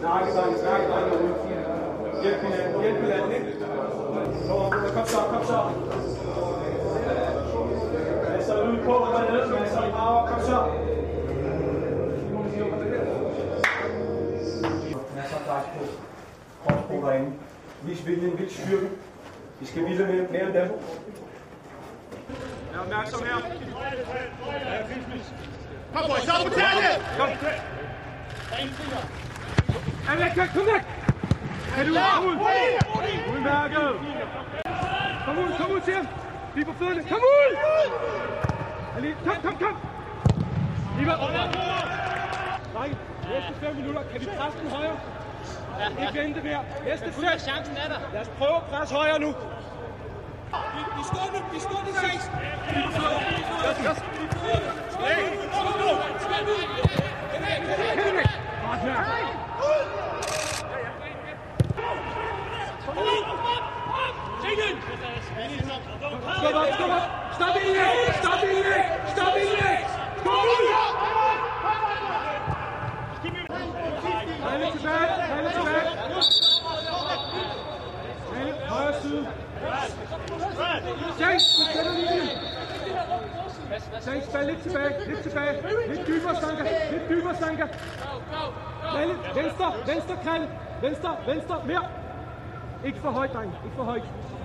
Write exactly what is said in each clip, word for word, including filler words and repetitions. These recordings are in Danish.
Snakke sammen, snakke sammen derude. Hjælp hinanden, hjælp hinanden, ikke? Kom så, kom så. Masser af lyd på, dernede, masser af power, kom så. Masser af plads på. Kropsbrug derinde. Vis viljen, vis styrke. Vi skal vise mere, mere end dem. Jeg er opmærksom her. Kom på, så på tæerne! Kom! Er væk, væk, kom væk! Er du ud? Udmærket! Kom ud, kom ud til ham! Lige på fødderne, kom ud! Kom, kom, kom! Lige på. Drenge, næste fem minutter, kan vi presse den højere? Ja, ikke vente mere. Næste fem. Chancen er der. Lad os prøve at presse højere nu. Vi står nu, vi står nu, ses. Yes, yes. Stop op, stop op. Stop i væk. Stop i væk. Stop i væk. Kom ud. Tag lidt tilbage. Tag lidt tilbage. Tag lidt højre side. James, du kender linjen. James, spil lidt tilbage. Lidt tilbage. Lidt dybere, Sanka. Lidt dybere, Sanka. Venstre, venstre, Krille. Venstre, venstre, mere. Ikke for højt, dreng. Ikke for højt.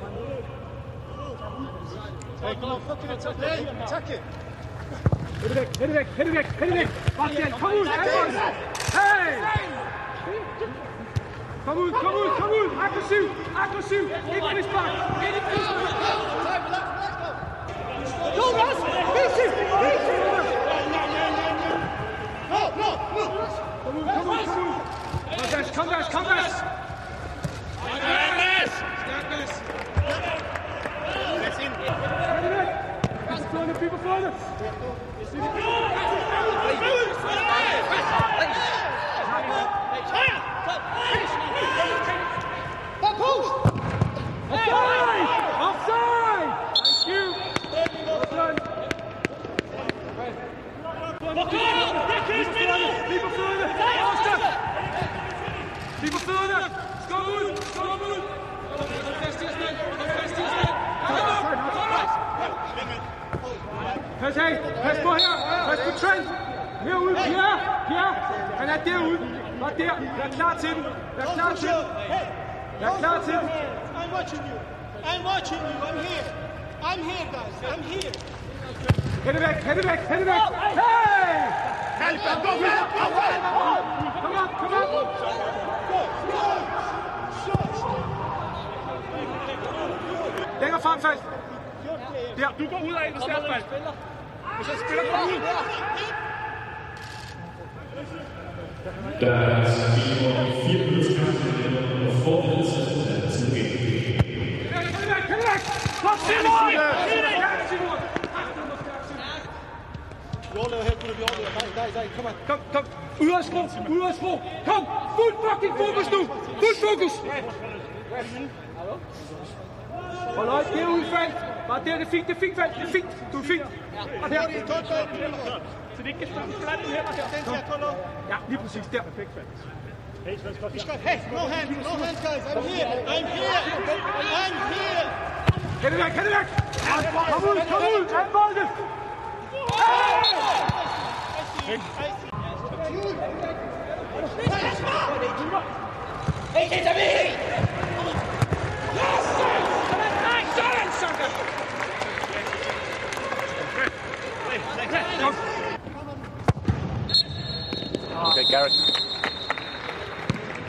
Hætte væk, hætte væk, hætte væk, hætte væk. Bastian, kom ud, Alfons. Hey! Kom ud, kom ud, kom ud. Aggressiv, aggressiv. Ikke frispark, ikke frispark. Jonas, Visi, Visi. Kom ud, kom ud, kom ud. Kom Vas, kom Vas, kom Vas. Stærk Vas. Hætte væk. Bliv på fødderne, bliv på fødderne. Offside! Offside! Thank you! Well done! Bliv på fødderne! Afstand! Bliv på fødderne! Skål ud! Skål ud! Hold fast i os, mand! Hold fast i os, mand! Pas af! Pas på her! Pas på Trent! Herude! Pierre! Pierre! Han er derude! Bare der! Vær klar til den! Vær klar til den! Vær klar til den! I'm watching you! I'm watching you! I'm here! I'm here, guys! I'm here! Hætte væk! Hætte væk! Hætte væk! Hey! Kom op! Kom op! Længere frem, Falk! Der! Du går ud af en stærkfald! Og så spiller du ud! Der er fire minutter og forberedelse til tilgængelig. Kan det væk! Kan det væk! Kom, Simon! Simon! Kom, kom! Udadspro! Udadspro! Kom! Fuld fucking fokus nu! Fuld fokus! Hold øje, derude, Falk! Bare der, det er fint, det er fint, Falk! Det er fint! Du er fint! Og her! Så det ikke kan stå på pladen her. Ja, lige præcis der. Perfekt, Falk. Hey, no hands, no hands, guys. I'm here. I'm here. I'm here. Kan det væk, kan det væk? Kom ud, kom ud. Tag bolden. Hey, det er mig. Sådan, Sanka. Okay, Garrett.